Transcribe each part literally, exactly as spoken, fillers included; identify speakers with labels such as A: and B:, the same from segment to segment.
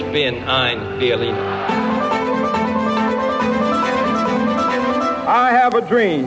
A: bin ein Berliner.
B: I have a dream.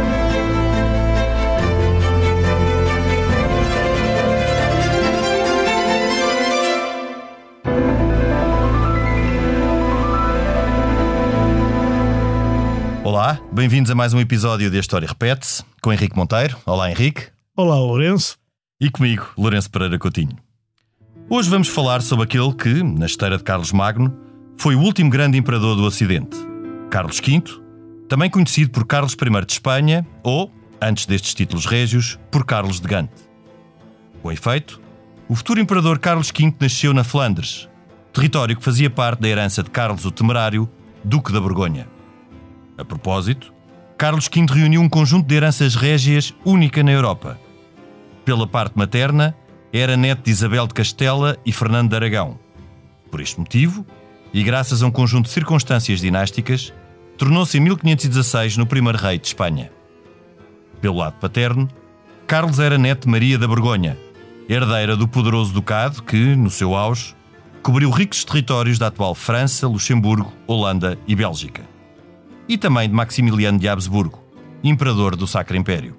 C: Olá, bem-vindos a mais um episódio de A História Repete-se, com Henrique Monteiro. Olá, Henrique.
D: Olá, Lourenço.
C: E comigo, Lourenço Pereira Coutinho. Hoje vamos falar sobre aquele que, na esteira de Carlos Magno, foi o último grande imperador do Ocidente, Carlos quinto, também conhecido por Carlos I de Espanha ou, antes destes títulos régios, por Carlos de Gante. Com efeito, o futuro imperador Carlos quinto nasceu na Flandres, território que fazia parte da herança de Carlos o Temerário, Duque da Borgonha. A propósito, Carlos quinto reuniu um conjunto de heranças régias única na Europa. Pela parte materna, era neto de Isabel de Castela e Fernando de Aragão. Por este motivo, e graças a um conjunto de circunstâncias dinásticas, tornou-se em mil quinhentos e dezasseis no primeiro rei de Espanha. Pelo lado paterno, Carlos era neto de Maria da Borgonha, herdeira do poderoso ducado que, no seu auge, cobriu ricos territórios da atual França, Luxemburgo, Holanda e Bélgica. E também de Maximiliano de Habsburgo, imperador do Sacro Império.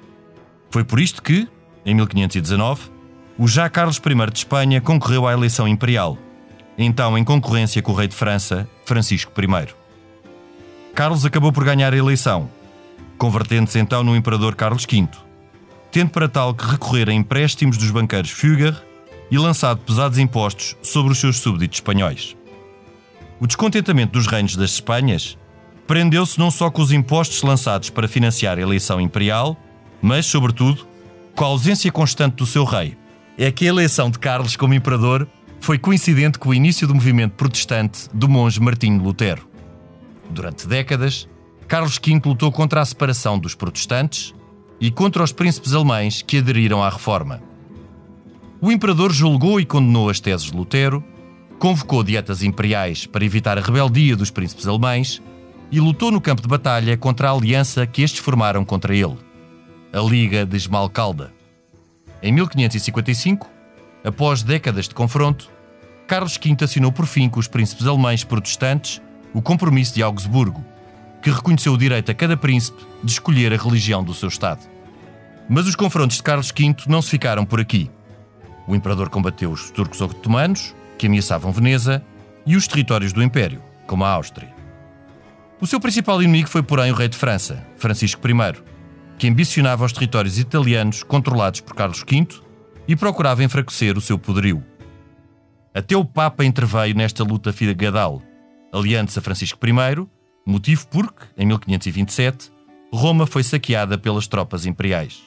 C: Foi por isto que, em mil quinhentos e dezanove, o já Carlos I de Espanha concorreu à eleição imperial, então em concorrência com o rei de França, Francisco I. Carlos acabou por ganhar a eleição, convertendo-se então no imperador Carlos quinto, tendo para tal que recorrer a empréstimos dos banqueiros Fugger e lançado pesados impostos sobre os seus súbditos espanhóis. O descontentamento dos reinos das Espanhas prendeu-se não só com os impostos lançados para financiar a eleição imperial, mas, sobretudo, com a ausência constante do seu rei. É que a eleição de Carlos como imperador foi coincidente com o início do movimento protestante do monge Martinho Lutero. Durante décadas, Carlos quinto lutou contra a separação dos protestantes e contra os príncipes alemães que aderiram à reforma. O imperador julgou e condenou as teses de Lutero, convocou dietas imperiais para evitar a rebeldia dos príncipes alemães e lutou no campo de batalha contra a aliança que estes formaram contra ele, a Liga de Esmalcalda. Em mil quinhentos e cinquenta e cinco, após décadas de confronto, Carlos quinto assinou por fim com os príncipes alemães protestantes o Compromisso de Augsburgo, que reconheceu o direito a cada príncipe de escolher a religião do seu Estado. Mas os confrontos de Carlos quinto não se ficaram por aqui. O imperador combateu os turcos otomanos, que ameaçavam Veneza, e os territórios do Império, como a Áustria. O seu principal inimigo foi, porém, o rei de França, Francisco I, que ambicionava os territórios italianos controlados por Carlos quinto e procurava enfraquecer o seu poderio. Até o Papa interveio nesta luta feudal, aliando-se a Francisco I, motivo porque, em mil quinhentos e vinte e sete, Roma foi saqueada pelas tropas imperiais.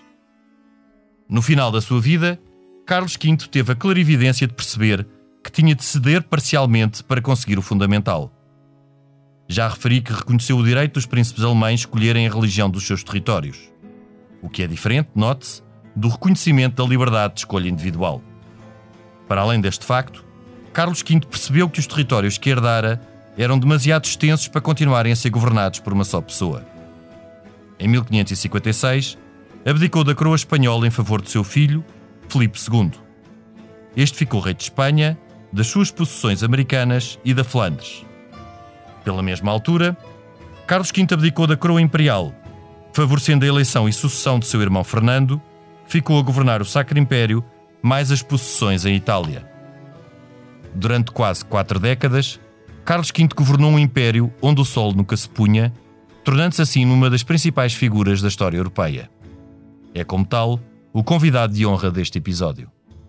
C: No final da sua vida, Carlos quinto teve a clarividência de perceber que tinha de ceder parcialmente para conseguir o fundamental. Já referi que reconheceu o direito dos príncipes alemães escolherem a religião dos seus territórios, o que é diferente, note-se, do reconhecimento da liberdade de escolha individual. Para além deste facto, Carlos quinto percebeu que os territórios que herdara eram demasiado extensos para continuarem a ser governados por uma só pessoa. Em mil quinhentos e cinquenta e seis, abdicou da coroa espanhola em favor de seu filho, Filipe segundo. Este ficou rei de Espanha, das suas possessões americanas e da Flandres. Pela mesma altura, Carlos quinto abdicou da coroa imperial, favorecendo a eleição e sucessão de seu irmão Fernando, ficou a governar o Sacro Império, mais as possessões em Itália. Durante quase quatro décadas, Carlos quinto governou um império onde o sol nunca se punha, tornando-se assim uma das principais figuras da história europeia. É, como tal, o convidado de honra deste episódio.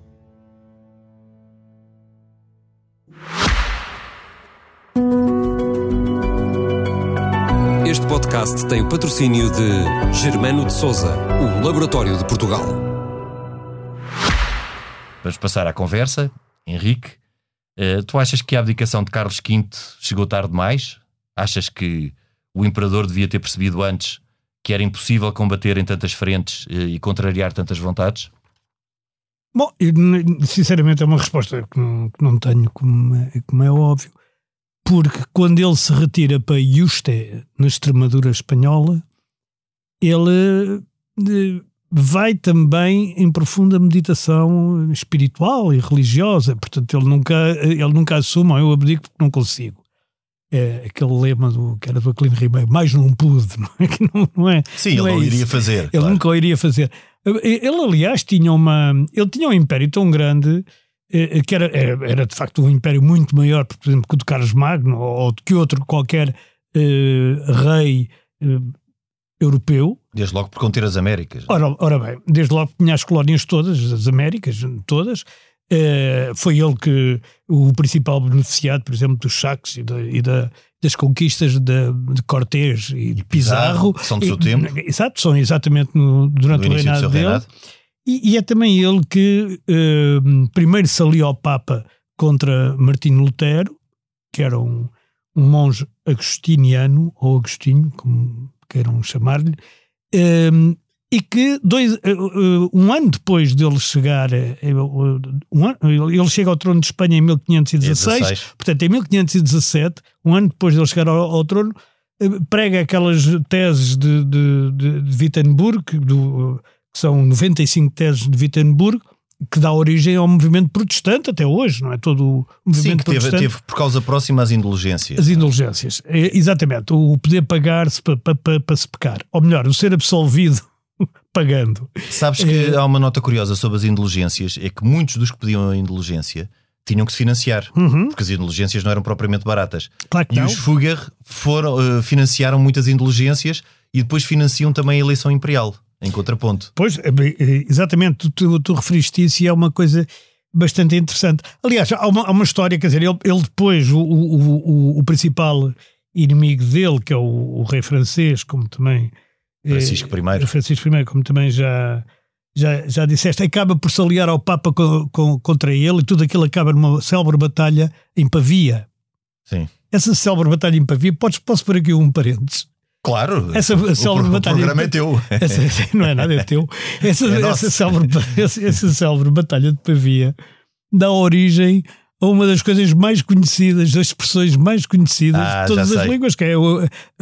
E: Este podcast tem o patrocínio de Germano de Sousa, o Laboratório de Portugal.
C: Vamos passar à conversa. Henrique, tu achas que a abdicação de Carlos quinto chegou tarde demais? Achas que o imperador devia ter percebido antes que era impossível combater em tantas frentes e contrariar tantas vontades?
D: Bom, sinceramente é uma resposta que não, que não tenho, como é, como é óbvio. Porque quando ele se retira para Yuste, na Extremadura espanhola, ele vai também em profunda meditação espiritual e religiosa. Portanto, ele nunca, ele nunca assume, oh, eu abdico porque não consigo. É aquele lema do, que era do Aquilino Ribeiro, mais não pude, não é? Que não, não é
C: Sim,
D: não
C: ele
D: é
C: não
D: isso.
C: iria fazer.
D: Ele
C: claro.
D: nunca o iria fazer. Ele, aliás, tinha uma... Ele tinha um império tão grande que era, era, era de facto um império muito maior, por exemplo, que o de Carlos Magno ou de que outro qualquer uh, rei uh, europeu.
C: Desde logo por conter as Américas.
D: Ora, ora bem, desde logo tinha as colónias todas, as Américas todas. Uh, foi ele que o principal beneficiado, por exemplo, dos saques e, da, e da, das conquistas de, de Cortés e, e de Pizarro.
C: Pizarro, são do seu tempo.
D: Exato, são exatamente no, durante
C: no
D: o reinado dele.
C: Reinado.
D: E, e é também ele que uh, primeiro se aliou ao Papa contra Martinho Lutero, que era um, um monge agostiniano, ou agostinho, como queiram chamar-lhe, um, e que dois, uh, um ano depois dele chegar, uh, um ano, ele chega ao trono de Espanha em mil quinhentos e dezasseis, dezasseis. Portanto em mil quinhentos e dezassete, um ano depois dele chegar ao, ao trono, uh, prega aquelas teses de, de, de, de Wittenberg, do... que são noventa e cinco teses de Wittenberg, que dá origem ao movimento protestante até hoje, não é? Todo o movimento
C: Sim, que teve,
D: protestante.
C: teve por causa próxima às indulgências.
D: As indulgências, é, exatamente. O poder pagar-se para pa, pa, pa se pecar. Ou melhor, o ser absolvido pagando.
C: Sabes que é... há uma nota curiosa sobre as indulgências, é que muitos dos que pediam a indulgência tinham que se financiar,
D: uhum.
C: porque as indulgências não eram propriamente baratas.
D: Claro que
C: e
D: não.
C: os Fugger foram, uh, financiaram muitas indulgências e depois financiam também a eleição imperial. Em contraponto.
D: Pois, exatamente, tu, tu referiste isso e é uma coisa bastante interessante. Aliás, há uma, há uma história, quer dizer, ele, ele depois, o, o, o, o principal inimigo dele, que é o, o rei francês, como também...
C: Francisco I.
D: Francisco I, como também já, já, já disseste, acaba por se aliar ao Papa com, com, contra ele e tudo aquilo acaba numa célebre batalha em Pavia.
C: Sim.
D: Essa célebre batalha em Pavia, podes, posso pôr aqui um parênteses?
C: Claro,
D: essa,
C: o,
D: célebre
C: o
D: batalha,
C: programa é teu.
D: Essa, não é nada, é teu. Essa,
C: é
D: essa, célebre, essa, essa célebre batalha de Pavia dá origem a uma das coisas mais conhecidas, das expressões mais conhecidas
C: ah,
D: de todas as
C: sei.
D: línguas, que é o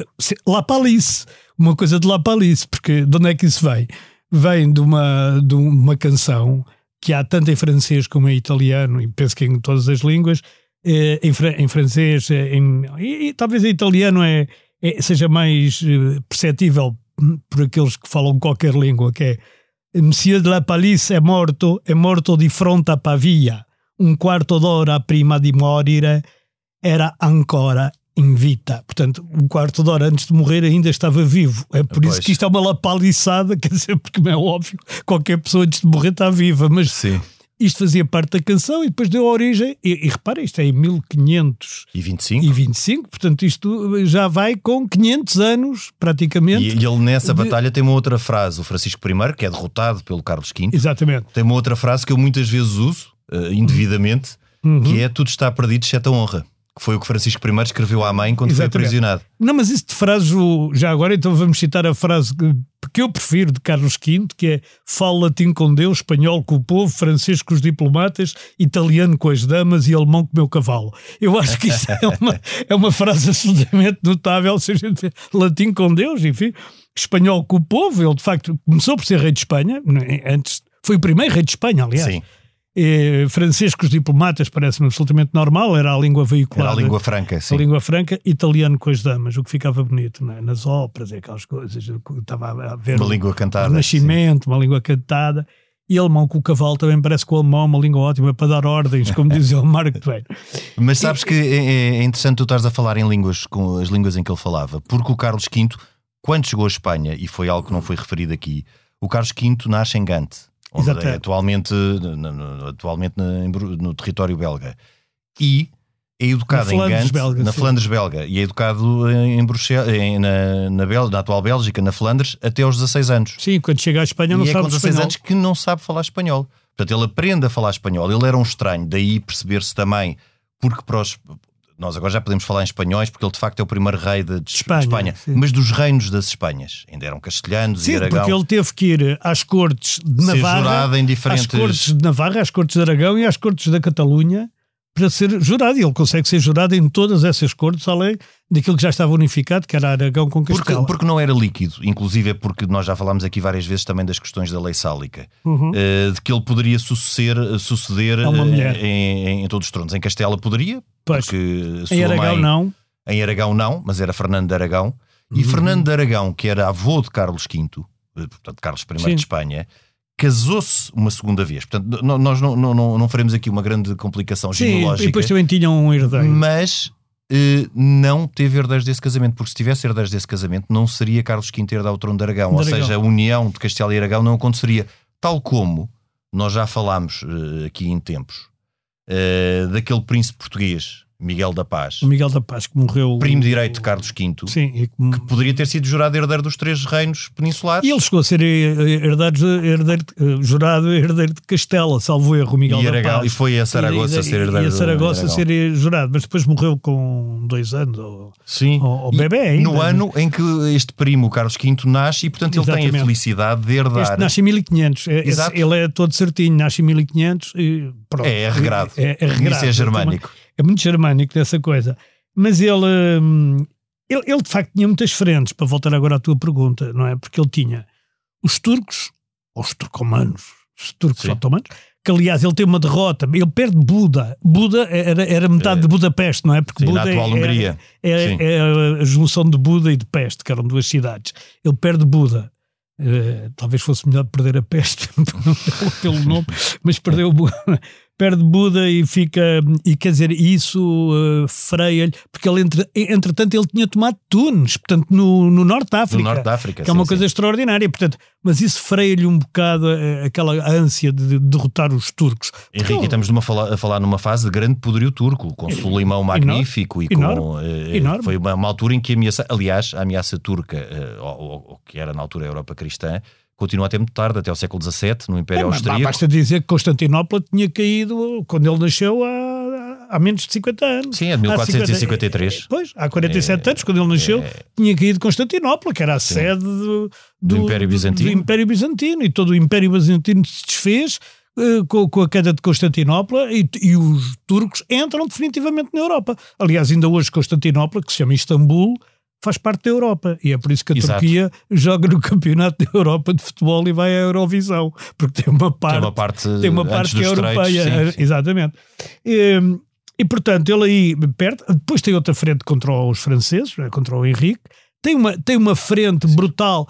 D: La Palice, uma coisa de La Palice, porque de onde é que isso vem? Vem de uma, de uma canção que há tanto em francês como em italiano, e penso que em todas as línguas, em, em francês, em, e, e talvez em italiano é É, seja mais uh, perceptível por aqueles que falam qualquer língua, que é Monsieur de la Palice é morto, é morto di fronte a Pavia, um quarto d'ora prima di morire era ancora in vita. Portanto, um quarto de hora antes de morrer ainda estava vivo. É por
C: pois.
D: Isso que isto é uma lapaliçada, quer dizer, porque é óbvio, qualquer pessoa antes de morrer está viva, mas...
C: Sim.
D: Isto fazia parte da canção e depois deu origem, e, e repara, isto é em mil quinhentos
C: e vinte e cinco.
D: E vinte e cinco, portanto isto já vai com quinhentos anos, praticamente.
C: E, e ele nessa
D: de...
C: batalha tem uma outra frase, o Francisco I, que é derrotado pelo Carlos quinto.
D: Exatamente.
C: Tem uma outra frase que eu muitas vezes uso, uh, indevidamente,
D: uhum.
C: que é tudo está perdido, exceto a honra. Que foi o que Francisco I escreveu à mãe quando
D: Exatamente.
C: Foi aprisionado.
D: Não, mas isso de frase, já agora então vamos citar a frase que, que eu prefiro de Carlos quinto, que é falo latim com Deus, espanhol com o povo, francês com os diplomatas, italiano com as damas e alemão com o meu cavalo. Eu acho que isso é uma, é uma frase absolutamente notável, se a gente vê latim com Deus, enfim, espanhol com o povo. Ele de facto começou por ser rei de Espanha, antes foi o primeiro rei de Espanha, aliás.
C: Sim.
D: Eh, francês com os diplomatas parece-me absolutamente normal, era a língua veiculada,
C: era a língua franca, sim.
D: a língua franca, italiano com as damas, o que ficava bonito, não é? Nas óperas e aquelas coisas, estava a ver
C: uma
D: o,
C: língua cantada,
D: o nascimento, sim. Uma língua cantada, e alemão com o cavalo também parece que o alemão é uma língua ótima para dar ordens, como dizia o Marco Twain.
C: Mas sabes e, que é, é interessante tu estares a falar em línguas, com as línguas em que ele falava, porque o Carlos quinto, quando chegou à Espanha, e foi algo que não foi referido aqui, o Carlos quinto nasce em Gante. Onde é atualmente, no, no, atualmente no, no território belga, e é educado
D: na
C: em Gante,
D: belga,
C: na
D: sim.
C: Flandres belga, e é educado em Bruxelas, em, na, na, Bel, na atual Bélgica, na Flandres, até aos dezasseis anos.
D: Sim, quando chega à Espanha não
C: e
D: sabe
C: é com dezasseis
D: espanhol.
C: anos que não sabe falar espanhol. Portanto, ele aprende a falar espanhol. Ele era um estranho, daí perceber-se também, porque para os... Nós agora já podemos falar em espanhóis, porque ele de facto é o primeiro rei de, de Espanha, Espanha mas dos reinos das Espanhas. Ainda eram castelhanos
D: sim,
C: e Aragão.
D: Porque ele teve que ir às cortes de
C: Ser
D: Navarra,
C: jurado em diferentes...
D: às cortes de Navarra, às cortes de Aragão e às cortes da Catalunha, para ser jurado, e ele consegue ser jurado em todas essas cortes, além daquilo que já estava unificado, que era Aragão com Castela.
C: Porque, porque não era líquido, inclusive é porque nós já falámos aqui várias vezes também das questões da lei sálica,
D: Uhum.
C: uh, de que ele poderia suceder, suceder
D: a uma
C: uh,
D: mulher.
C: Em, em todos os tronos. Em Castela poderia,
D: Pois.
C: porque
D: Em
C: sua
D: Aragão
C: mãe,
D: não.
C: Em Aragão não, mas era Fernando de Aragão. E
D: Uhum.
C: Fernando de Aragão, que era avô de Carlos quinto, portanto Carlos I
D: Sim.
C: de Espanha, casou-se uma segunda vez. Portanto, nós não, não, não, não faremos aqui uma grande complicação
D: Sim,
C: genealógica.
D: e depois também tinham um herdeiro.
C: Mas eh, não teve herdeiros desse casamento, porque se tivesse herdeiros desse casamento não seria Carlos quinto herdar o trono de Aragão,
D: De
C: ou
D: Aragão.
C: seja, a união de Castela e Aragão não aconteceria, tal como nós já falámos eh, aqui em tempos eh, daquele príncipe português Miguel da Paz,
D: O Miguel da Paz, que morreu...
C: primo direito de Carlos quinto,
D: Sim, e que...
C: que poderia ter sido jurado herdeiro dos três reinos peninsulares.
D: E ele chegou a ser herdeiro, herdeiro, jurado herdeiro de Castela, salvo erro, o Miguel
C: E,
D: da
C: Aragão,
D: Paz.
C: e foi a Saragoça
D: e,
C: a ser
D: e,
C: herdeiro
D: e a
C: de
D: Saragossa a
C: Aragão.
D: ser jurado, mas depois morreu com dois anos, ou,
C: Sim.
D: ou, ou
C: E
D: bebê ainda.
C: no ano em que este primo, Carlos quinto, nasce, e portanto ele tem a
D: Exatamente.
C: felicidade de herdar.
D: Este nasce em mil e quinhentos, é,
C: Exato.
D: ele é todo certinho, nasce em mil e quinhentos e pronto.
C: É, é regrado.
D: É, é regrado.
C: Isso é germânico.
D: É muito germânico dessa coisa. Mas ele, hum, ele, ele de facto tinha muitas frentes, para voltar agora à tua pergunta, não é? Porque ele tinha os turcos, ou os turcomanos, os turcos
C: Sim.
D: otomanos, que aliás ele tem uma derrota, ele perde Buda. Buda era, era metade
C: É.
D: de Budapeste, não é? Porque
C: Sim,
D: Buda
C: na atual
D: é,
C: Hungria.
D: é,
C: Sim.
D: é a junção de Buda e de Peste, que eram duas cidades. Ele perde Buda. Uh, talvez fosse melhor perder a peste pelo nome, mas perdeu o Buda. Perde Buda e fica, e quer dizer, isso uh, freia-lhe, porque ele, entre, entretanto, ele tinha tomado Tunis, portanto, no, no Norte de África,
C: No Norte da África,
D: que é uma
C: sim,
D: coisa
C: sim.
D: extraordinária, portanto, mas isso freia-lhe um bocado uh, aquela ânsia de, de derrotar os turcos. Porque
C: Henrique,
D: ele-
C: estamos numa fala- a falar numa fase de grande poderio turco, com Suleimão Magnífico e com
D: enorme,
C: eh,
D: enorme.
C: foi uma, uma altura em que a ameaça, aliás, a ameaça turca, eh, ou, ou- ou que era na altura a Europa cristã, continua até muito tarde, até ao século dezassete, no Império
D: É, mas
C: Austríaco.
D: basta dizer que Constantinopla tinha caído quando ele nasceu há, há menos de cinquenta anos.
C: Sim, é de mil
D: Há
C: quatrocentos e
D: cinquenta
C: cinquenta e três.
D: Pois, há quarenta e sete
C: É,
D: anos, quando ele nasceu,
C: é.
D: tinha caído Constantinopla, que era a sede do,
C: Do Império Bizantino.
D: do Império Bizantino, e todo o Império Bizantino se desfez eh, com, com a queda de Constantinopla, e, e os turcos entram definitivamente na Europa. Aliás, ainda hoje Constantinopla, que se chama Istambul, faz parte da Europa, e é por isso que a
C: Exato.
D: Turquia joga no Campeonato da Europa de Futebol e vai à Eurovisão, porque tem uma parte,
C: Tem uma parte,
D: tem uma
C: antes
D: parte que é
C: dos
D: europeia,
C: estreitos, sim, sim.
D: exatamente. E, e portanto ele aí perde, depois tem outra frente contra os franceses, contra o Henrique, tem uma, tem uma frente brutal,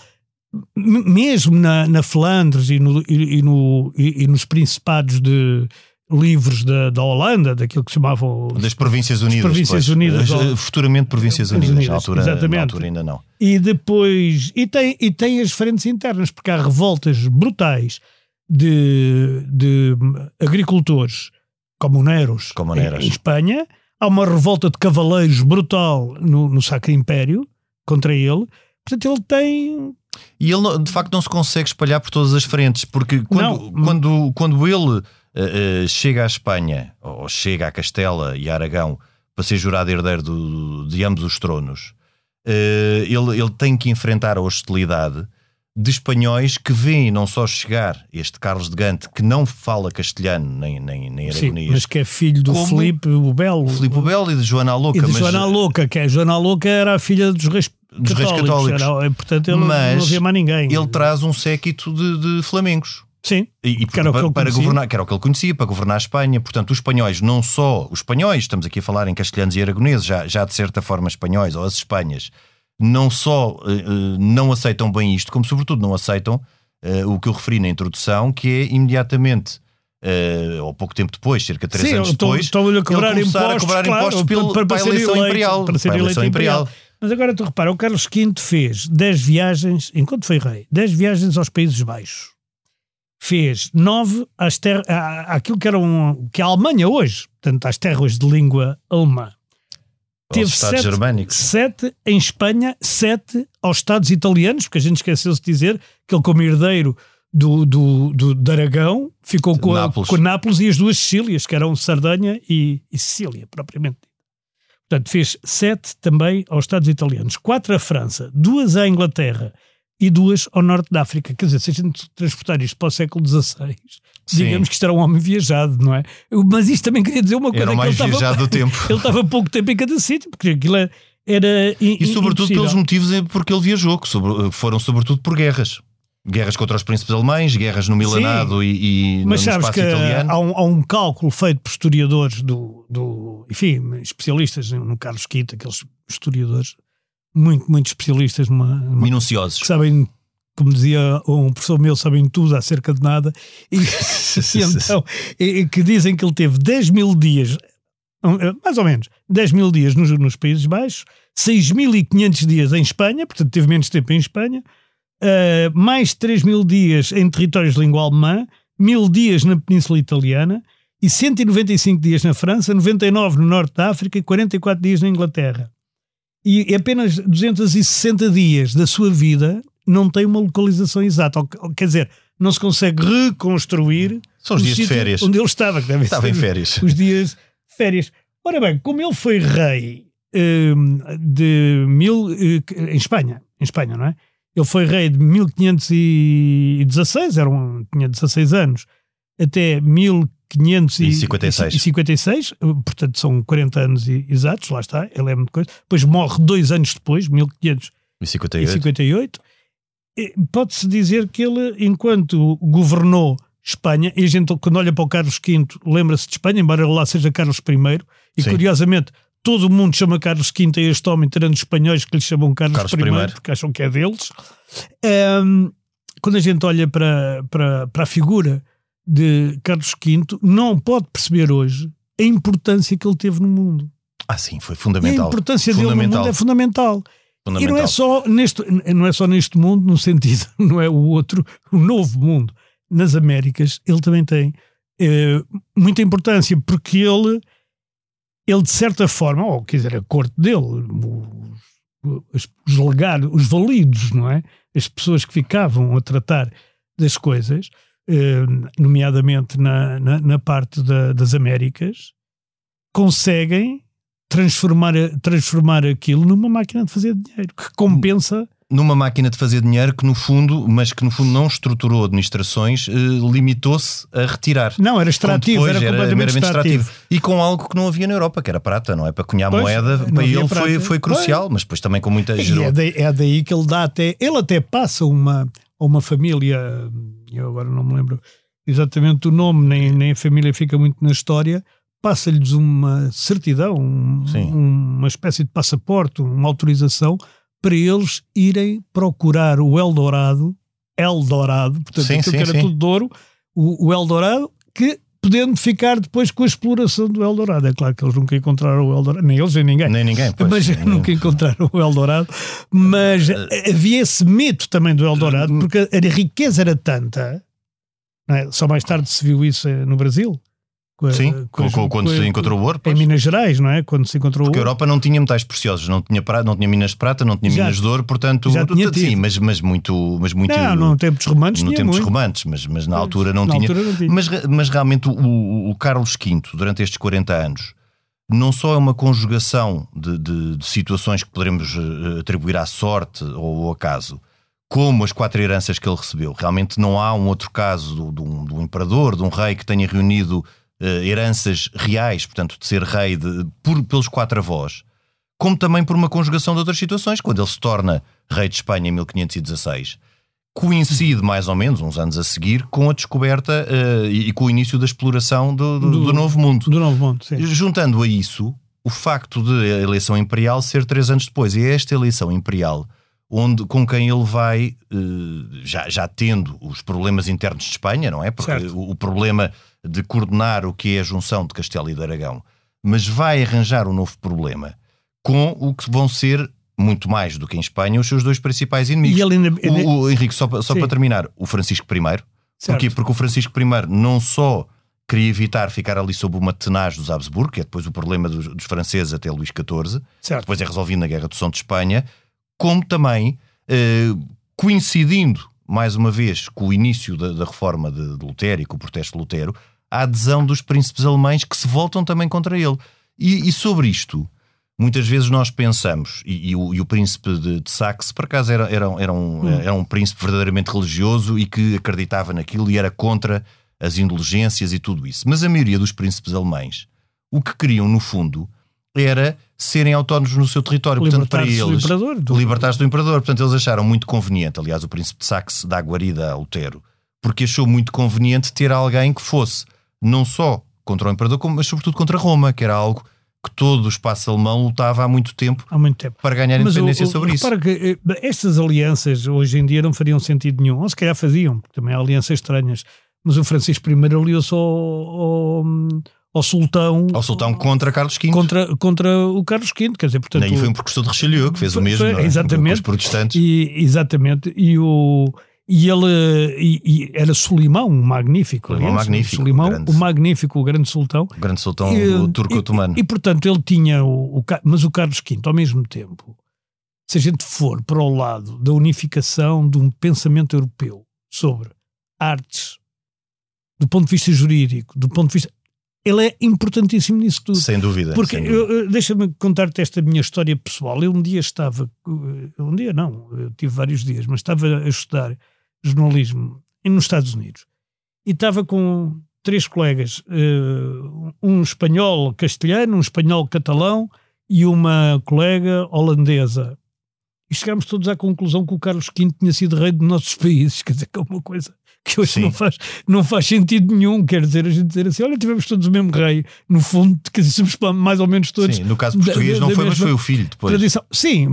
D: m- mesmo na, na Flandres e, no, e, e no, e, e nos principados de livres da, da Holanda, daquilo que se chamavam os-
C: Das Províncias Unidas.
D: Províncias
C: depois.
D: Unidas,
C: Eh,
D: ou-
C: Futuramente Províncias
D: Unidas,
C: Unidas, na altura,
D: exatamente.
C: na altura ainda não.
D: E depois, e tem, e tem as frentes internas, porque há revoltas brutais de, de agricultores comuneros,
C: Comuneros.
D: Em, em Espanha. Há uma revolta de cavaleiros brutal no, no Sacro Império contra ele. Portanto, ele tem...
C: E ele, não- de facto, não se consegue espalhar por todas as frentes, porque quando,
D: Não.
C: quando, quando ele eh, eh, chega à Espanha, ou chega a Castela e a Aragão, para ser jurado herdeiro do- de ambos os tronos, eh, ele, ele tem que enfrentar a hostilidade de espanhóis que veem não só chegar este Carlos de Gante, que não fala castelhano nem, nem, nem
D: Sim,
C: aragonês,
D: mas que é filho do
C: Como
D: Filipe o Belo.
C: Filipe o Belo e de Joana a Louca.
D: E de
C: mas-
D: Joana a Louca, que é Joana a Louca era a filha dos reis
C: Dos reis
D: católicos.
C: católicos.
D: Era, portanto, ele
C: Mas
D: não havia mais ninguém.
C: Ele traz um séquito de, de flamengos.
D: Sim.
C: E, e
D: Que era o que
C: para,
D: ele
C: para
D: conhecia.
C: governar, que era o que ele conhecia, para governar a Espanha. Portanto, os espanhóis, não só os espanhóis, estamos aqui a falar em castelhanos e aragoneses, já, já de certa forma espanhóis, ou as Espanhas, não só eh, eh, não aceitam bem isto, como sobretudo não aceitam eh, o que eu referi na introdução, que é imediatamente, eh, ou pouco tempo depois, cerca de três
D: Sim,
C: anos
D: estou-
C: depois,
D: estou-lhe a cobrar
C: ele começar
D: impostos,
C: a cobrar
D: claro,
C: impostos pelo-
D: para- para
C: para,
D: ser
C: a eleição
D: eleito,
C: imperial.
D: para ser
C: para a eleição
D: eleito
C: imperial.
D: Mas agora tu repara, o Carlos quinto fez dez viagens, enquanto foi rei, dez viagens aos Países Baixos. Fez nove às ter- à- àquilo que, era um, que é a Alemanha hoje, portanto, às terras de língua alemã.
C: Aos Estados
D: sete,
C: Germânicos.
D: sete em Espanha, sete aos Estados italianos, porque a gente esqueceu-se de dizer que ele, como herdeiro do, do, do, de Aragão, ficou com, a,
C: Nápoles.
D: com Nápoles e as duas Sicílias, que eram Sardanha e, e Sicília, propriamente. Portanto, fez sete também aos Estados italianos, quatro à França, duas à Inglaterra e duas ao norte da África. Quer dizer, se a gente transportar isto para o século dezasseis, Sim. digamos que isto era um homem viajado, não é? Mas isto também queria dizer uma coisa.
C: Era o mais
D: que ele
C: viajado
D: estava,
C: do tempo.
D: Ele estava pouco tempo em cada sítio, porque aquilo era... era
C: e sobretudo
D: impossível.
C: Pelos motivos é porque ele viajou, que sobre, foram sobretudo por guerras. Guerras contra os príncipes alemães, guerras no Milanado Sim. e, e
D: Mas
C: no
D: sabes
C: espaço
D: que
C: italiano.
D: Há um, há um cálculo feito por historiadores do, do enfim, especialistas no Carlos quinto, aqueles historiadores muito, muito especialistas, uma, uma,
C: minuciosos,
D: que sabem, como dizia um professor meu, sabem tudo acerca de nada, e, e então, e, que dizem que ele teve dez mil dias, mais ou menos, dez mil dias nos, nos Países Baixos, seis mil e quinhentos dias em Espanha, portanto teve menos tempo em Espanha, uh, mais três mil dias em territórios de língua alemã, mil dias na Península Italiana, e cento e noventa e cinco dias na França, noventa e nove no Norte da África e quarenta e quatro dias na Inglaterra. E apenas duzentos e sessenta dias da sua vida não tem uma localização exata. Quer dizer, não se consegue reconstruir.
C: São os dias de férias.
D: Onde ele estava. Que deve
C: estava
D: ser
C: em férias.
D: Os dias de férias. Ora bem, como ele foi rei um, de mil... Uh, em Espanha, em Espanha, não é? Ele foi rei de mil quinhentos e dezasseis, era um, tinha dezasseis anos, até mil quinhentos e cinquenta e seis, portanto são quarenta anos exatos, lá está, ele é muita coisa. Depois morre dois anos depois, mil quinhentos e cinquenta e oito. Pode-se dizer que ele, enquanto governou Espanha, e a gente quando olha para o Carlos quinto lembra-se de Espanha, embora ele lá seja Carlos primeiro, e Sim. curiosamente todo o mundo chama Carlos quinto a este homem, tirando os espanhóis que lhe chamam Carlos, Carlos primeiro, primeiro, porque acham que é deles. Um, quando a gente olha para, para, para a figura de Carlos quinto, não pode perceber hoje a importância que ele teve no mundo.
C: Ah, sim, foi fundamental.
D: E a importância dele no mundo é fundamental.
C: fundamental.
D: E não é, só neste, não é só neste mundo, no sentido, não é o outro, o novo mundo. Nas Américas, ele também tem eh, muita importância, porque ele, ele de certa forma, ou quer dizer, a corte dele, os, os legados, os validos, não é? As pessoas que ficavam a tratar das coisas, eh, nomeadamente na, na, na parte da, das Américas, conseguem transformar, transformar aquilo numa máquina de fazer dinheiro, que compensa...
C: Numa máquina de fazer dinheiro que no fundo, mas que no fundo não estruturou administrações, eh, limitou-se a retirar.
D: Não, era extrativo, era,
C: era
D: completamente extrativo. extrativo.
C: E com algo que não havia na Europa, que era prata, não é? Para cunhar pois, moeda, para ele foi, foi crucial, pois. Mas depois também com muita...
D: E é daí, é daí que ele dá até... Ele até passa uma, uma família, eu agora não me lembro exatamente o nome, nem, nem a família fica muito na história, passa-lhes uma certidão, um, uma espécie de passaporte, uma autorização para eles irem procurar o Eldorado, Eldorado, portanto sim, aquilo sim, que era sim. tudo de ouro, o, o Eldorado, que podendo ficar depois com a exploração do Eldorado. É claro que eles nunca encontraram o Eldorado, nem eles nem ninguém.
C: Nem ninguém, pois.
D: Mas
C: nem
D: nunca encontraram o Eldorado. Mas uh, havia esse mito também do Eldorado, porque a, a riqueza era tanta, não é? Só mais tarde se viu isso no Brasil.
C: Sim, com, com, quando com, se encontrou o ouro.
D: Em Minas Gerais, não é? Quando se encontrou
C: Porque
D: o ouro.
C: a Europa não tinha metais preciosos, não tinha, prata, não tinha minas de prata, não tinha já, minas de ouro, portanto,
D: já tinha
C: sim, tido. mas, mas muito. Mas muito
D: não, no tempos romanos
C: No
D: tinha
C: tempos
D: muito.
C: romanos, mas, mas na, altura não,
D: na
C: tinha.
D: altura não tinha.
C: Mas, mas realmente o, o Carlos quinto, durante estes quarenta anos, não só é uma conjugação de, de, de situações que poderemos atribuir à sorte ou ao acaso, como as quatro heranças que ele recebeu. Realmente não há um outro caso de, de, um, de um imperador, de um rei que tenha reunido Uh, heranças reais, portanto, de ser rei de, por, pelos quatro avós, como também por uma conjugação de outras situações. Quando ele se torna rei de Espanha em mil quinhentos e dezasseis, coincide mais ou menos, uns anos a seguir, com a descoberta uh, e, e com o início da exploração do, do, do, do Novo Mundo.
D: Do Novo Mundo, sim.
C: Juntando a isso, o facto de a eleição imperial ser três anos depois. E é esta eleição imperial onde, com quem ele vai, uh, já, já tendo os problemas internos de Espanha, não é? Porque o, o problema de coordenar o que é a junção de Castelo e de Aragão, mas vai arranjar um novo problema com o que vão ser, muito mais do que em Espanha, os seus dois principais inimigos. E ele ainda... o, o Henrique, só, só para terminar, o Francisco primeiro. Porquê? Porque o Francisco primeiro não só queria evitar ficar ali sob uma tenaz dos Habsburgo, que é depois o problema dos, dos franceses até Luís catorze, certo. Depois é resolvido na Guerra do Som de Espanha, como também, eh, coincidindo mais uma vez com o início da, da reforma de, de Lutero e com o protesto de Lutero, a adesão dos príncipes alemães que se voltam também contra ele. E, e sobre isto, muitas vezes nós pensamos, e, e, o, e o príncipe de, de Saxe, por acaso, era, era, era, um, hum. era um príncipe verdadeiramente religioso e que acreditava naquilo e era contra as indulgências e tudo isso. Mas a maioria dos príncipes alemães, o que queriam, no fundo, era serem autónomos no seu território. Portanto, para eles,
D: do imperador, do...
C: libertar-se do imperador. Portanto, eles acharam muito conveniente, aliás, o príncipe de Saxe dá guarida a Lutero, porque achou muito conveniente ter alguém que fosse não só contra o imperador, mas sobretudo contra Roma, que era algo que todo o espaço alemão lutava há muito tempo,
D: há muito tempo.
C: para ganhar
D: mas
C: independência
D: o, o,
C: sobre isso.
D: Repara que estas alianças hoje em dia não fariam sentido nenhum, ou se calhar faziam, porque também há alianças estranhas, mas o Francisco I aliou-se ao, ao, ao sultão...
C: Ao sultão contra Carlos V.
D: Contra, contra o Carlos V, quer dizer, portanto...
C: Daí foi um precursor de Richelieu, que fez
D: foi,
C: o mesmo,
D: foi,
C: não é?
D: Exatamente.
C: Com os protestantes.
D: E, exatamente, e o... E ele e, e era Solimão, um magnífico.
C: Solimão magnífico.
D: Solimão,
C: grande,
D: o magnífico, o grande sultão.
C: O grande sultão e, do turco otomano.
D: E, e, portanto, ele tinha o, o. Mas o Carlos V, ao mesmo tempo, se a gente for para o lado da unificação de um pensamento europeu sobre artes, do ponto de vista jurídico, do ponto de vista. Ele é importantíssimo nisso tudo.
C: Sem dúvida.
D: Porque
C: sem dúvida.
D: Eu, deixa-me contar-te esta minha história pessoal. Eu um dia estava. Um dia não, eu tive vários dias, mas estava a estudar jornalismo nos Estados Unidos e estava com três colegas, uh, um espanhol castelhano, um espanhol catalão e uma colega holandesa, e chegámos todos à conclusão que o Carlos V tinha sido rei de nossos países. Quer dizer, que é uma coisa que hoje não faz, não faz sentido nenhum. Quer dizer, a gente dizer assim, olha, tivemos todos o mesmo rei, no fundo, quer dizer, somos mais ou menos todos.
C: Sim, no caso português da, da, não foi, mas foi o filho depois.
D: Tradição. Sim,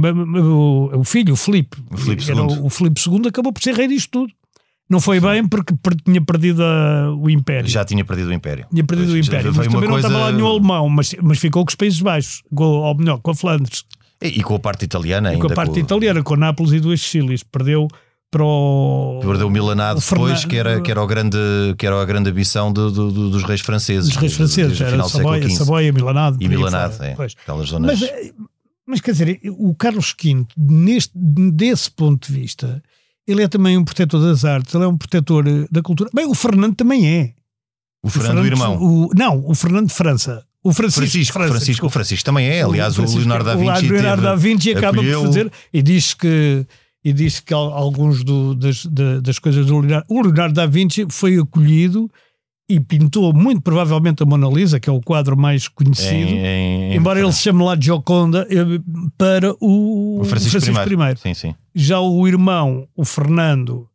D: o, o filho, o Filipe,
C: o Filipe
D: era
C: segundo.
D: O, o Filipe segundo acabou por ser rei disto tudo. Não foi bem porque tinha perdido a, o Império.
C: Já tinha perdido o Império.
D: Tinha perdido
C: pois,
D: o Império,
C: mas
D: também
C: coisa...
D: não estava lá nenhum alemão, mas, mas ficou com os Países Baixos, com, ou melhor, com a Flandres.
C: E, e com a parte italiana
D: e
C: ainda.
D: Com a parte
C: com...
D: italiana, com Nápoles e duas Sicílias. Perdeu para o...
C: Perdeu o Milanado depois, Fernan... que, era, que, era o grande, que era a grande ambição do, do, do, dos reis franceses.
D: Dos reis franceses, era Saboia, Saboia, Milanado.
C: E Milanado, é. Aquelas zonas...
D: Mas, mas quer dizer, o Carlos V, neste, desse ponto de vista... Ele é também um protetor das artes, ele é um protetor da cultura. Bem, o Fernando também é.
C: O, o Fernando, o irmão?
D: O, não, o Fernando de França. O Francisco,
C: Francisco,
D: França,
C: Francisco, o Francisco também é. Aliás, o, o Leonardo da Vinci.
D: O Leonardo da Vinci acaba
C: acolheu...
D: por fazer e diz que, e diz que alguns do, das, das coisas do Leonardo. O Leonardo da Vinci foi acolhido e pintou muito provavelmente a Mona Lisa, que é o quadro mais conhecido, em, em, embora em ele se chame lá de Gioconda, para o,
C: o Francisco,
D: Francisco
C: I. Sim, sim.
D: Já o irmão, o Fernando,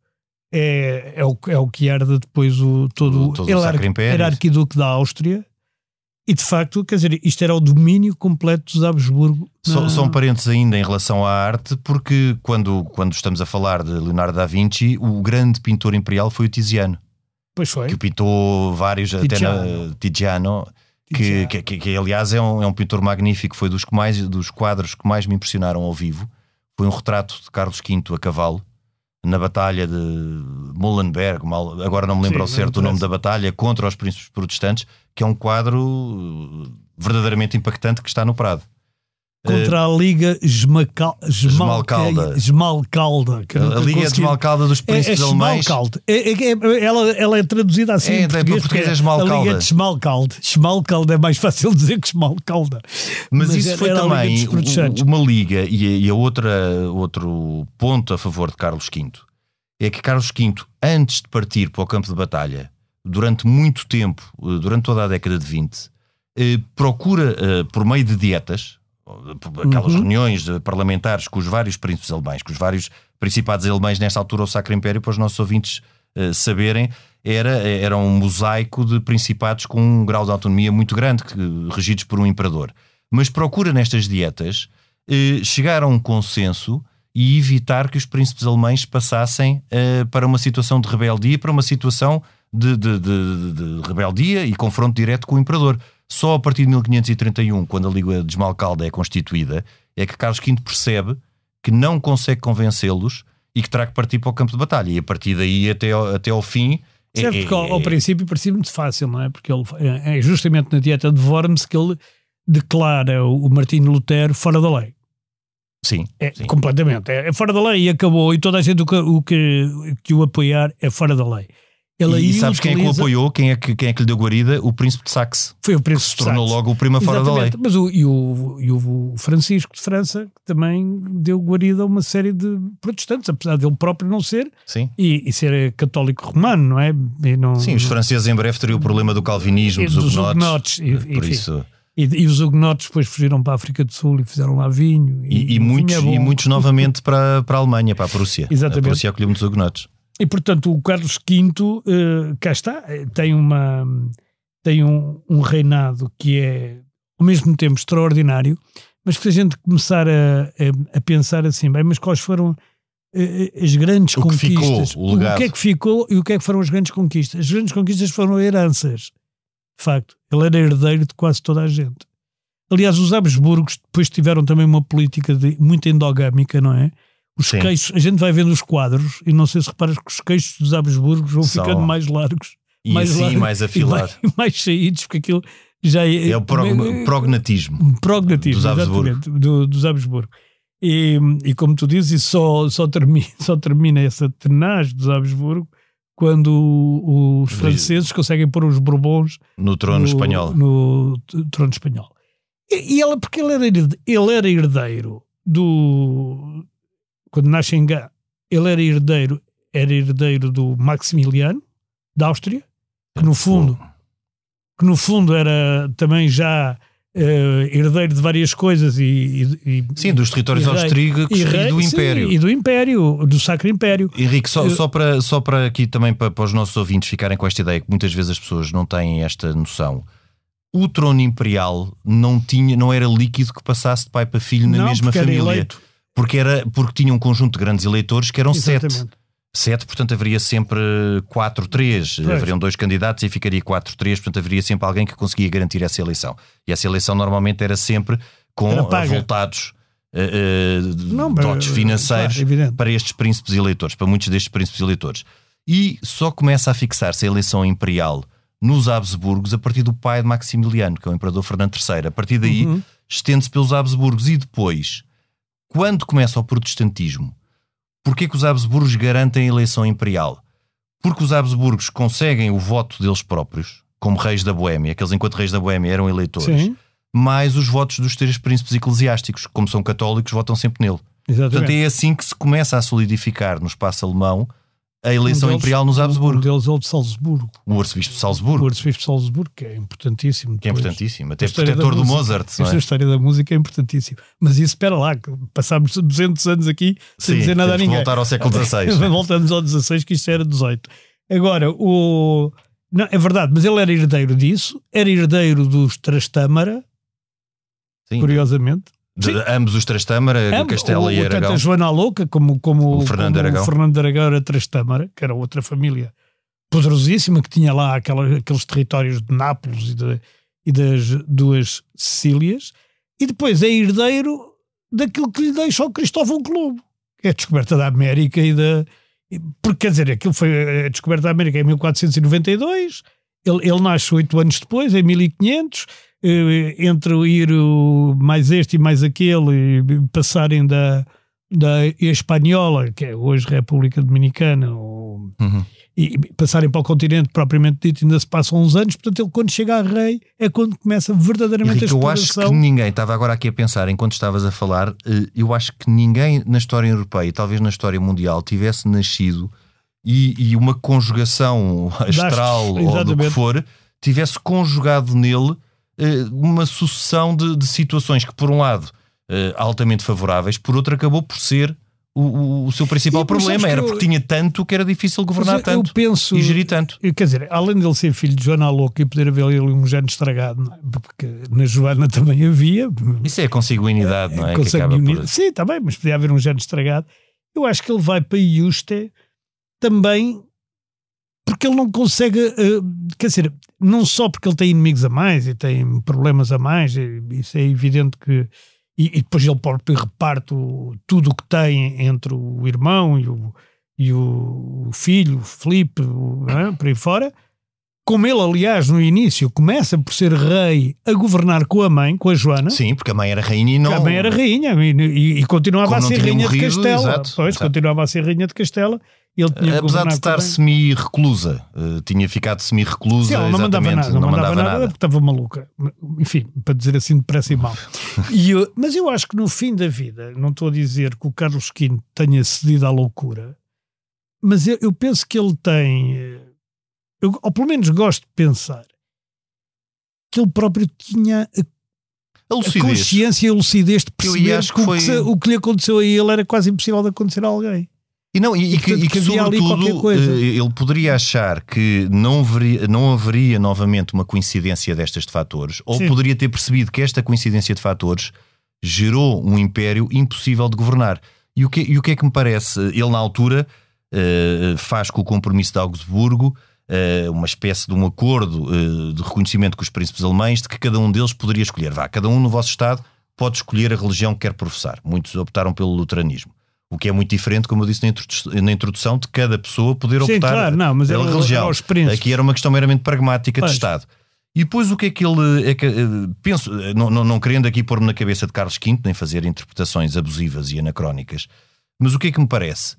D: é, é, o, é o que herda depois o, todo,
C: todo
D: ele
C: o Sacro Império.
D: Era arquiduque da Áustria e de facto, quer dizer, isto era o domínio completo dos Habsburgo.
C: Na... São parentes ainda em relação à arte, porque quando, quando estamos a falar de Leonardo da Vinci, o grande pintor imperial foi o Tiziano.
D: Pois foi.
C: Que pintou vários,
D: Tiziano.
C: até na Tiziano, que, que, que, que aliás é um, é um pintor magnífico, foi dos, que mais, dos quadros que mais me impressionaram ao vivo. Foi um retrato de Carlos V a cavalo, na batalha de Molenberg, mal, agora não me lembro ao certo o nome da batalha, contra os príncipes protestantes, que é um quadro verdadeiramente impactante que está no Prado.
D: Contra a Liga Esmacal...
C: Esmalcalda.
D: Esmalcalda.
C: A Liga é Esmalcalda dos príncipes
D: é, é
C: alemães.
D: É, é, é, ela, ela é traduzida assim
C: é,
D: em português.
C: português é Esmalcalda.
D: A Liga de Esmalcalda. Esmalcalda é mais fácil dizer que Esmalcalda.
C: Mas, Mas isso foi também uma liga e, a, e a outra, outro ponto a favor de Carlos V é que Carlos V, antes de partir para o campo de batalha, durante muito tempo, durante toda a década de vinte, eh, procura, eh, por meio de dietas, aquelas uhum. reuniões de parlamentares com os vários príncipes alemães, com os vários principados alemães, nesta altura o Sacro Império, para os nossos ouvintes uh, saberem, era, era um mosaico de principados com um grau de autonomia muito grande, que, regidos por um imperador. Mas procura nestas dietas uh, chegar a um consenso e evitar que os príncipes alemães passassem uh, para uma situação de rebeldia, para uma situação de, de, de, de rebeldia e confronto direto com o imperador. Só a partir de mil quinhentos e trinta e um, quando a Liga de Esmalcalda é constituída, é que Carlos V percebe que não consegue convencê-los e que terá que partir para o campo de batalha. E a partir daí até ao, até ao fim...
D: Certo,
C: é,
D: que ao,
C: é,
D: ao princípio parecia muito fácil, não é? Porque ele, é justamente na Dieta de Worms que ele declara o Martinho Lutero fora da lei.
C: Sim.
D: É,
C: sim.
D: Completamente. É, é fora da lei e acabou. E toda a gente o que, o que, que o apoiar é fora da lei. Ele
C: e
D: aí
C: sabes quem é que o apoiou? Quem é que, quem é que lhe deu guarida? O príncipe de Saxe.
D: Foi o príncipe
C: que se tornou logo o prima fora da lei.
D: Mas o, e, o, e o Francisco de França que também deu guarida a uma série de protestantes, apesar dele próprio não ser.
C: Sim.
D: E, e ser católico romano, não é? E não,
C: Sim, os franceses em breve teriam o problema do calvinismo, dos,
D: dos
C: hugonotes.
D: hugonotes.
C: Por isso...
D: E, e os hugonotes depois fugiram para a África do Sul e fizeram lá vinho.
C: E, e, e, muitos, e muitos novamente para, para a Alemanha, para a Prússia.
D: Exatamente.
C: A Prússia acolheu muitos hugonotes.
D: E portanto o Carlos quinto, uh, cá está, tem, uma, tem um, um reinado que é ao mesmo tempo extraordinário, mas que se a gente começar a, a, a pensar assim, bem, mas quais foram uh, as grandes
C: o
D: conquistas?
C: Ficou, o,
D: o que é que ficou e o que é que foram as grandes conquistas? As grandes conquistas foram heranças. De facto, ele era herdeiro de quase toda a gente. Aliás, os Habsburgos depois tiveram também uma política de, muito endogâmica, não é? Os
C: Sim.
D: queixos, a gente vai vendo os quadros e não sei se reparas que os queixos dos Habsburgos vão
C: São...
D: ficando mais largos.
C: E
D: mais
C: assim
D: largos,
C: mais afilados.
D: E mais, mais saídos, porque aquilo já é...
C: É o prog- prognatismo.
D: Prognatismo,
C: dos Habsburgo.
D: do, dos Habsburgo. E, e como tu dizes, só, só, termina, só termina essa tenaz dos Habsburgo quando os franceses conseguem pôr os Bourbons
C: no trono
D: no,
C: espanhol.
D: No, no trono espanhol. E, e ela, porque ele era, ele era herdeiro do... Quando nasce em Gá, ele era herdeiro, era herdeiro do Maximiliano, da Áustria, que no fundo, que no fundo era também já uh, herdeiro de várias coisas e, e
C: sim, dos territórios
D: e
C: austríacos e, e do
D: sim,
C: Império.
D: E do Império, do Sacro Império.
C: Henrique, só,
D: uh,
C: só, para, só para aqui também para, para os nossos ouvintes ficarem com esta ideia, que muitas vezes as pessoas não têm esta noção. O trono imperial não, tinha, não era líquido que passasse de pai para filho na
D: não,
C: mesma família.
D: Eleito.
C: Porque, era, porque tinha um conjunto de grandes eleitores que eram
D: Exatamente.
C: sete. Sete, portanto haveria sempre quatro três. Pois. Haveriam dois candidatos e ficaria quatro três, portanto haveria sempre alguém que conseguia garantir essa eleição. E essa eleição normalmente era sempre com voltados uh, uh, não, dotes financeiros claro, para estes príncipes eleitores, para muitos destes príncipes eleitores. E só começa a fixar-se a eleição imperial nos Habsburgos a partir do pai de Maximiliano, que é o imperador Fernando terceiro. A partir daí uhum. estende-se pelos Habsburgos e depois... Quando começa o protestantismo, porquê que os Habsburgos garantem a eleição imperial? Porque os Habsburgos conseguem o voto deles próprios, como reis da Boémia, que eles enquanto reis da Boémia eram eleitores, Sim. mais os votos dos três príncipes eclesiásticos, que como são católicos votam sempre nele.
D: Exatamente.
C: Portanto é assim que se começa a solidificar no espaço alemão a eleição
D: um deles,
C: imperial nos Habsburgo.
D: Um deles é o de Salzburgo.
C: O arcebispo de Salzburgo.
D: O arcebispo de Salzburgo, que é importantíssimo.
C: Que é importantíssimo. Até protetor do Mozart.
D: Esta é? história da música é importantíssimo. Mas isso, espera lá, que passámos duzentos anos aqui sem
C: Sim,
D: dizer nada a ninguém.
C: voltar ao século dezasseis.
D: Voltamos ao dezasseis, que isto era dezoito. Agora, o... Não, é verdade, mas ele era herdeiro disso. Era herdeiro dos Trastâmara. Sim. Curiosamente.
C: De, ambos os Trastâmara, Am, Castela o, e Aragão.
D: Tanto a Joana a Louca como, como,
C: o Fernando
D: como
C: Aragão.
D: o Fernando Aragão era Trastâmara, que era outra família poderosíssima, que tinha lá aquela, aqueles territórios de Nápoles e, de, e das duas Sicílias. E depois é herdeiro daquilo que lhe deixa o Cristóvão Colombo, que é a descoberta da América e da... Porque, quer dizer, aquilo foi a descoberta da América em mil quatrocentos e noventa e dois, ele, ele nasce oito anos depois, em mil e quinhentos, entre ir mais este e mais aquele, e passarem da, da Espanhola, que é hoje República Dominicana, ou,
C: uhum.
D: e passarem para o continente propriamente dito, ainda se passam uns anos. Portanto, ele quando chega a rei é quando começa verdadeiramente Henrique, a exploração.
C: Eu acho que ninguém, estava agora aqui a pensar enquanto estavas a falar, eu acho que ninguém na história europeia, talvez na história mundial, tivesse nascido e, e uma conjugação astral Daste, ou do que for, tivesse conjugado nele uma sucessão de, de situações que por um lado altamente favoráveis, por outro acabou por ser o, o, o seu principal e, problema, era eu, porque tinha tanto que era difícil governar tanto
D: penso,
C: e gerir tanto.
D: Quer dizer, além dele ser filho de Joana a Louca e poder haver ali um género estragado, não é? Porque na Joana também havia.
C: Isso é a consanguinidade, é, não é?
D: Que acaba por... Sim, está bem, mas podia haver um género estragado. Eu acho que ele vai para Yuste também porque ele não consegue, uh, quer dizer, não só porque ele tem inimigos a mais e tem problemas a mais, e, isso é evidente que, e, e depois ele próprio reparte o, tudo o que tem entre o irmão e o, e o filho, o Filipe, o, não é? Por aí fora, como ele aliás no início começa por ser rei a governar com a mãe, com a Joana.
C: Sim, porque a mãe era rainha e não...
D: A mãe era rainha e, e, e continuava
C: como
D: a ser rainha
C: morrido,
D: de Castela.
C: exato,
D: pois,
C: exato.
D: continuava a ser rainha de Castela. Ele tinha
C: Apesar de estar semi-reclusa, uh, tinha ficado semi-reclusa.
D: Sim, ela não mandava nada, não,
C: não
D: mandava,
C: mandava
D: nada,
C: nada
D: porque estava maluca. Enfim, para dizer assim depressa e mal. E eu, mas eu acho que no fim da vida, não estou a dizer que o Carlos Quinto tenha cedido à loucura, mas eu, eu penso que ele tem, eu, ou pelo menos gosto de pensar, que ele próprio tinha a,
C: a,
D: a consciência e a lucidez de perceber que, que, foi... que o que lhe aconteceu a ele era quase impossível de acontecer a alguém.
C: E, não, e, e, que, e que, sobretudo, ele poderia achar que não haveria, não haveria novamente uma coincidência destas de fatores, ou Sim. poderia ter percebido que esta coincidência de fatores gerou um império impossível de governar. E o que, e o que é que me parece? Ele, na altura, uh, faz com o compromisso de Augsburgo uh, uma espécie de um acordo uh, de reconhecimento com os príncipes alemães de que cada um deles poderia escolher. Vá, cada um no vosso Estado pode escolher a religião que quer professar. Muitos optaram pelo luteranismo. O que é muito diferente, como eu disse na introdução, de cada pessoa poder
D: Sim,
C: optar
D: claro, não, mas
C: pela
D: era,
C: religião.
D: Era
C: Aqui era uma questão meramente pragmática pois. de Estado. E depois o que é que ele... É que, penso, não, não, não querendo aqui pôr-me na cabeça de Carlos Quinto, nem fazer interpretações abusivas e anacrónicas, mas o que é que me parece?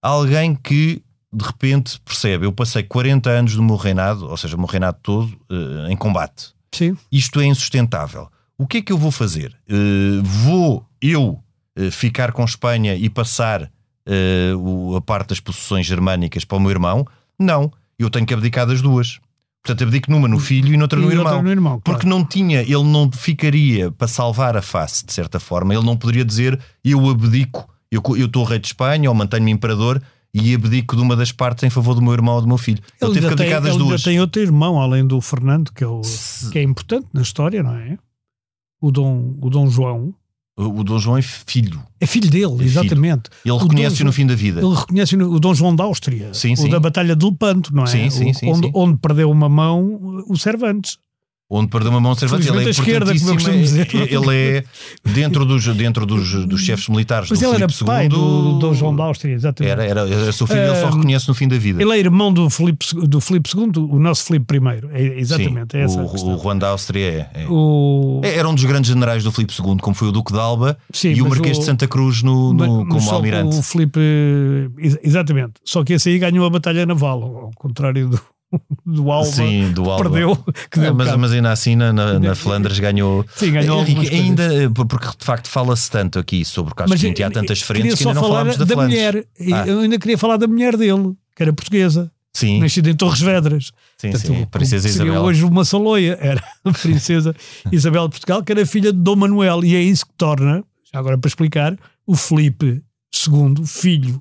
C: Alguém que, de repente, percebe, eu passei quarenta anos do meu reinado, ou seja, o meu reinado todo, uh, em combate.
D: Sim.
C: Isto é insustentável. O que é que eu vou fazer? Uh, vou eu... ficar com Espanha e passar uh, a parte das possessões germânicas para o meu irmão? Não, eu tenho que abdicar das duas. Portanto, abdico numa no filho e noutra no, e irmão. no irmão. Porque claro. não tinha, ele não ficaria para salvar a face, de certa forma. Ele não poderia dizer, eu abdico, eu, eu estou rei de Espanha ou mantenho-me imperador e abdico de uma das partes em favor do meu irmão ou do meu filho. Ele, ele teve que abdicar tem, das
D: ele
C: duas.
D: Ele tem outro irmão, além do Fernando, que é, o, que é importante na história, não é? O Dom, o Dom João.
C: O Dom João é filho.
D: É filho dele, é
C: Filho.
D: exatamente.
C: Ele reconhece-o no fim da vida.
D: Ele reconhece o Dom João da Áustria,
C: sim,
D: o
C: sim.
D: da Batalha de Lepanto, não é?
C: Sim, sim, sim,
D: onde,
C: sim.
D: onde perdeu uma mão o Cervantes.
C: Onde perdeu uma mão Cervantes. Ele é
D: esquerda, como eu costumo dizer.
C: Ele é dentro dos, dentro dos, dos chefes militares
D: Mas
C: do
D: ele
C: Filipe
D: era pai
C: segundo,
D: do Dom João da Áustria, exatamente.
C: Era, era, era seu filho, uh, ele só reconhece no fim da vida.
D: Ele é irmão do Filipe, do Filipe segundo, o nosso Filipe primeiro. É, exatamente,
C: Sim,
D: é essa
C: o,
D: a
C: o Juan da Áustria é, é.
D: O...
C: Era um dos grandes generais do Filipe segundo, como foi o Duque de Alba. Sim, e o Marquês o... de Santa Cruz no, no,
D: mas,
C: como almirante.
D: O Filipe, exatamente. Só que esse aí ganhou a batalha naval, ao contrário do do Alba,
C: Sim, do Alba.
D: Perdeu, que deu
C: é, mas, mas ainda assim na, na, na Flandres ganhou.
D: Sim, ganhou
C: Henrique, ainda, porque de facto fala-se tanto aqui sobre o Carlos Quinto e há tantas frentes que ainda não falámos da, da Flandres.
D: Mulher.
C: Ah.
D: Eu ainda queria falar da mulher dele, que era portuguesa,
C: sim.
D: nascida em Torres Vedras.
C: Sim,
D: Portanto,
C: sim. Princesa Isabel.
D: Hoje uma saloia, era a Princesa Isabel de Portugal, que era filha de Dom Manuel, e é isso que torna, já agora para explicar, o Filipe segundo, filho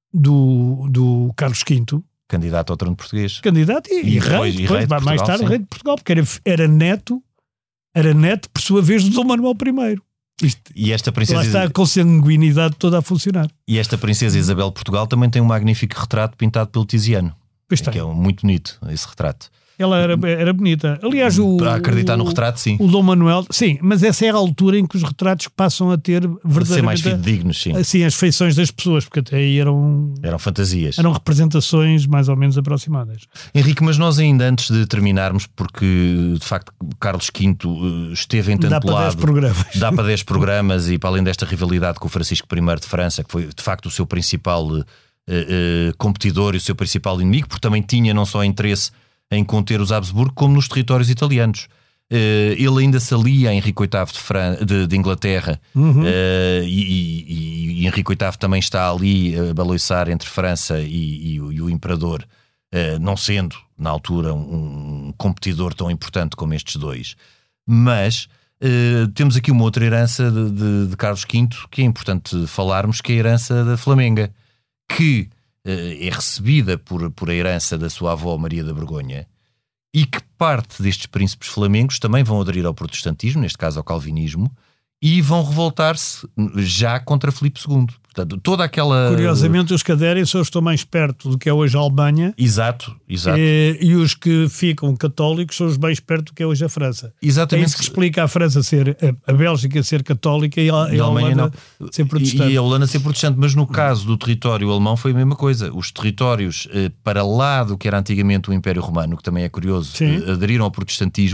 D: do, do Carlos Quinto,
C: candidato ao trono português.
D: Candidato e, e, e rei, depois, depois, e rei de Portugal, mais tarde sim. rei de Portugal, porque era, era neto, era neto, por sua vez, do Dom Manuel primeiro. Isto,
C: e esta princesa
D: lá está a consanguinidade toda a funcionar.
C: E esta princesa Isabel de Portugal também tem um magnífico retrato pintado pelo Tiziano.
D: Pois
C: é, que é muito bonito esse retrato.
D: Ela era, era bonita. Aliás, o,
C: para acreditar no retrato, sim.
D: O Dom Manuel, sim, mas essa é a altura em que os retratos passam a ter verdadeiramente
C: ser mais fidedignos, sim.
D: Assim, as feições das pessoas, porque até aí eram
C: eram fantasias,
D: eram representações mais ou menos aproximadas.
C: Henrique, mas nós ainda antes de terminarmos, porque de facto Carlos Quinto esteve entempolado,
D: dá para dez programas,
C: dá para dez programas e para além desta rivalidade com o Francisco primeiro de França, que foi de facto o seu principal uh, uh, competidor e o seu principal inimigo, porque também tinha não só interesse em conter os Habsburgo, como nos territórios italianos. Uh, ele ainda se alia a Henrique oitavo de, Fran... de, de Inglaterra,
D: uhum.
C: uh, e, e, e Henrique oitavo também está ali a baloiçar entre França e, e, e o Imperador, uh, não sendo, na altura, um, um competidor tão importante como estes dois. Mas uh, temos aqui uma outra herança de, de, de Carlos Quinto, que é importante falarmos, que é a herança da Flamenga, que é recebida por, por a herança da sua avó Maria da Borgonha, e que parte destes príncipes flamengos também vão aderir ao protestantismo, neste caso ao calvinismo, e vão revoltar-se já contra Filipe segundo. Portanto, toda aquela...
D: Curiosamente, os que aderem só estão mais perto do que é hoje a Alemanha.
C: Exato, exato.
D: E, e os que ficam católicos são os mais perto do que é hoje a França.
C: Exatamente.
D: É isso que explica a França ser, a Bélgica ser católica e a, e a Holanda não. ser protestante.
C: E a Holanda ser protestante, mas no caso do território alemão foi a mesma coisa. Os territórios eh, para lá do que era antigamente o Império Romano, que também é curioso, eh, aderiram ao protestantismo,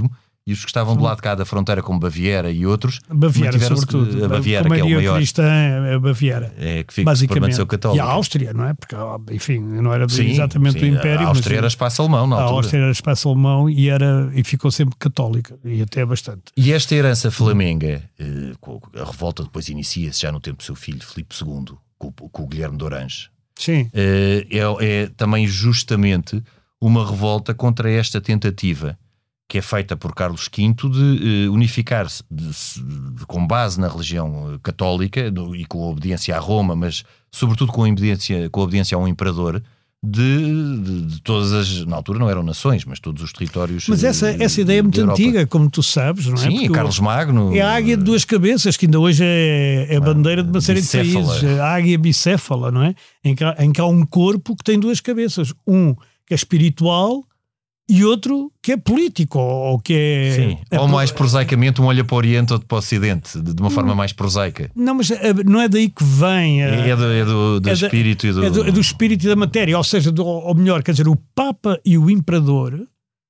C: e os que estavam do lado de cá da fronteira, como Baviera e outros,
D: Baviera, sobretudo.
C: A Baviera, que é o maior.
D: Cristã é a Baviera.
C: É que fica, se permaneceu católica.
D: E a Áustria, não é? Porque, enfim, não era
C: sim,
D: exatamente
C: sim.
D: do Império.
C: A Áustria
D: mas,
C: era espaço alemão, na altura.
D: A Áustria era espaço alemão e, era, e ficou sempre católica, e até bastante.
C: E esta herança flamenga, eh, a revolta depois inicia-se já no tempo do seu filho, Filipe segundo, com, com o Guilherme de Orange.
D: Sim.
C: Eh, é, é também justamente uma revolta contra esta tentativa que é feita por Carlos quinto de uh, unificar-se de, de, com base na religião católica no, e com a obediência a Roma, mas sobretudo com a obediência, com a obediência a um imperador de, de, de todas as... Na altura não eram nações, mas todos os territórios.
D: Mas essa,
C: uh,
D: essa ideia é muito antiga, como tu sabes, não é?
C: Sim,
D: Porque
C: Carlos Magno.
D: É a águia de duas cabeças, que ainda hoje é, é a bandeira de uma série bicéfala. de países. A águia bicéfala, não é? Em que, há, em que há um corpo que tem duas cabeças. Um que é espiritual e outro que é político, ou que é...
C: Sim,
D: é
C: ou mais prosaicamente um olha para o Oriente ou para o Ocidente, de uma forma mais prosaica.
D: Não, mas não é daí que vem... A,
C: é do, é do, do é espírito da, e do...
D: É do... É do espírito e da matéria, ou seja, do, ou melhor, quer dizer, o Papa e o Imperador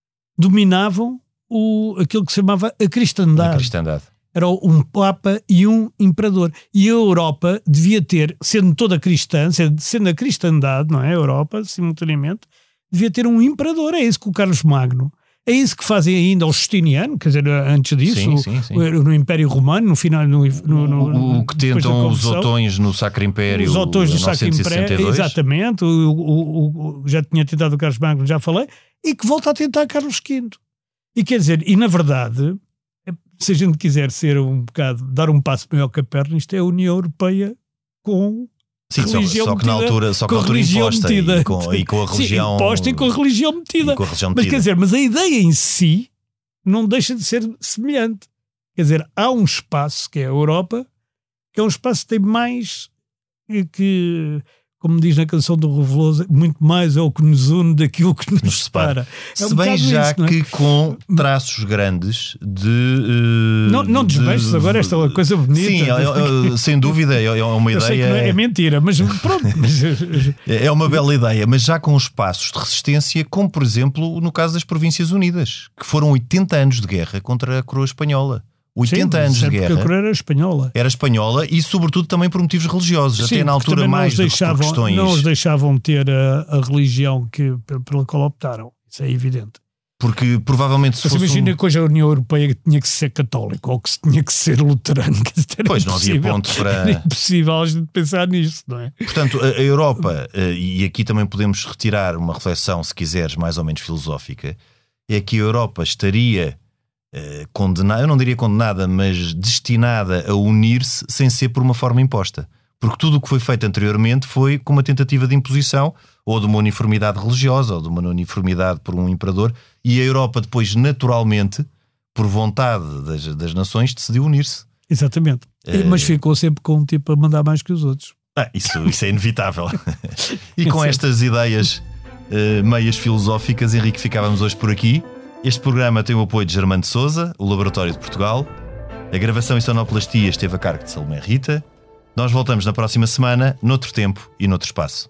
D: dominavam o, aquilo que se chamava a cristandade.
C: A cristandade.
D: Era um Papa e um Imperador. E a Europa devia ter, sendo toda cristã, sendo a cristandade, não é? A Europa, simultaneamente, devia ter um imperador. É isso que o Carlos Magno, é isso que fazem ainda o Justiniano, quer dizer, antes disso,
C: sim, sim, sim.
D: O, no Império Romano, no final, no, no, no,
C: o, o que tentam os otões no Sacro Império,
D: os otões do Sacro
C: Império,
D: exatamente, o, o, o, já tinha tentado o Carlos Magno, já falei, e que volta a tentar Carlos quinto. E quer dizer, e na verdade, se a gente quiser ser um bocado, dar um passo maior que a perna, isto é a União Europeia com
C: Sim, só, só que na altura, só que na altura imposta e com, e com a religião...
D: Sim, imposta e com a religião metida.
C: Com a religião
D: mas
C: metida.
D: quer dizer, mas a ideia em si não deixa de ser semelhante. Quer dizer, há um espaço, que é a Europa, que é um espaço que tem mais, que, como diz na canção do Reveloso, muito mais é o que nos une daquilo que nos, nos separa.
C: É um Se bem já isso, que é? Com traços grandes de... Uh,
D: não não desmeixes de... agora esta coisa bonita.
C: Sim, é, é, sem dúvida, é uma
D: Eu
C: ideia...
D: Sei que não é, é mentira, mas pronto.
C: É uma bela ideia, mas já com espaços de resistência, como por exemplo no caso das Províncias Unidas, que foram oitenta anos de guerra contra a coroa espanhola. oitenta
D: Sim,
C: anos de guerra.
D: A coroa era espanhola.
C: Era espanhola e, sobretudo, também por motivos religiosos.
D: Sim,
C: até na altura, mais do
D: deixavam,
C: que por questões.
D: Não os deixavam ter a, a religião que, pela qual optaram. Isso é evidente.
C: Porque provavelmente. Se
D: Mas imagina
C: um...
D: que hoje a União Europeia tinha que ser católica ou que tinha que ser luterano.
C: Pois não havia ponto para.
D: Era impossível a gente pensar nisso, não é?
C: Portanto, a Europa, e aqui também podemos retirar uma reflexão, se quiseres, mais ou menos filosófica, é que a Europa estaria. Uh, condenada, eu não diria condenada, mas destinada a unir-se sem ser por uma forma imposta. Porque tudo o que foi feito anteriormente foi com uma tentativa de imposição ou de uma uniformidade religiosa ou de uma uniformidade por um imperador, e a Europa depois, naturalmente, por vontade das, das nações, decidiu unir-se.
D: Exatamente. Uh... Mas ficou sempre com um tipo a mandar mais que os outros.
C: Ah, isso, isso é inevitável. E com estas ideias uh, meias filosóficas, Henrique, ficávamos hoje por aqui. Este programa tem o apoio de Germano de Souza, o Laboratório de Portugal. A gravação e sonoplastia esteve a cargo de Salomé Rita. Nós voltamos na próxima semana, noutro tempo e noutro espaço.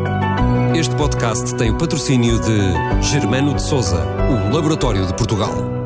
E: Este podcast tem o patrocínio de Germano de Souza, o Laboratório de Portugal.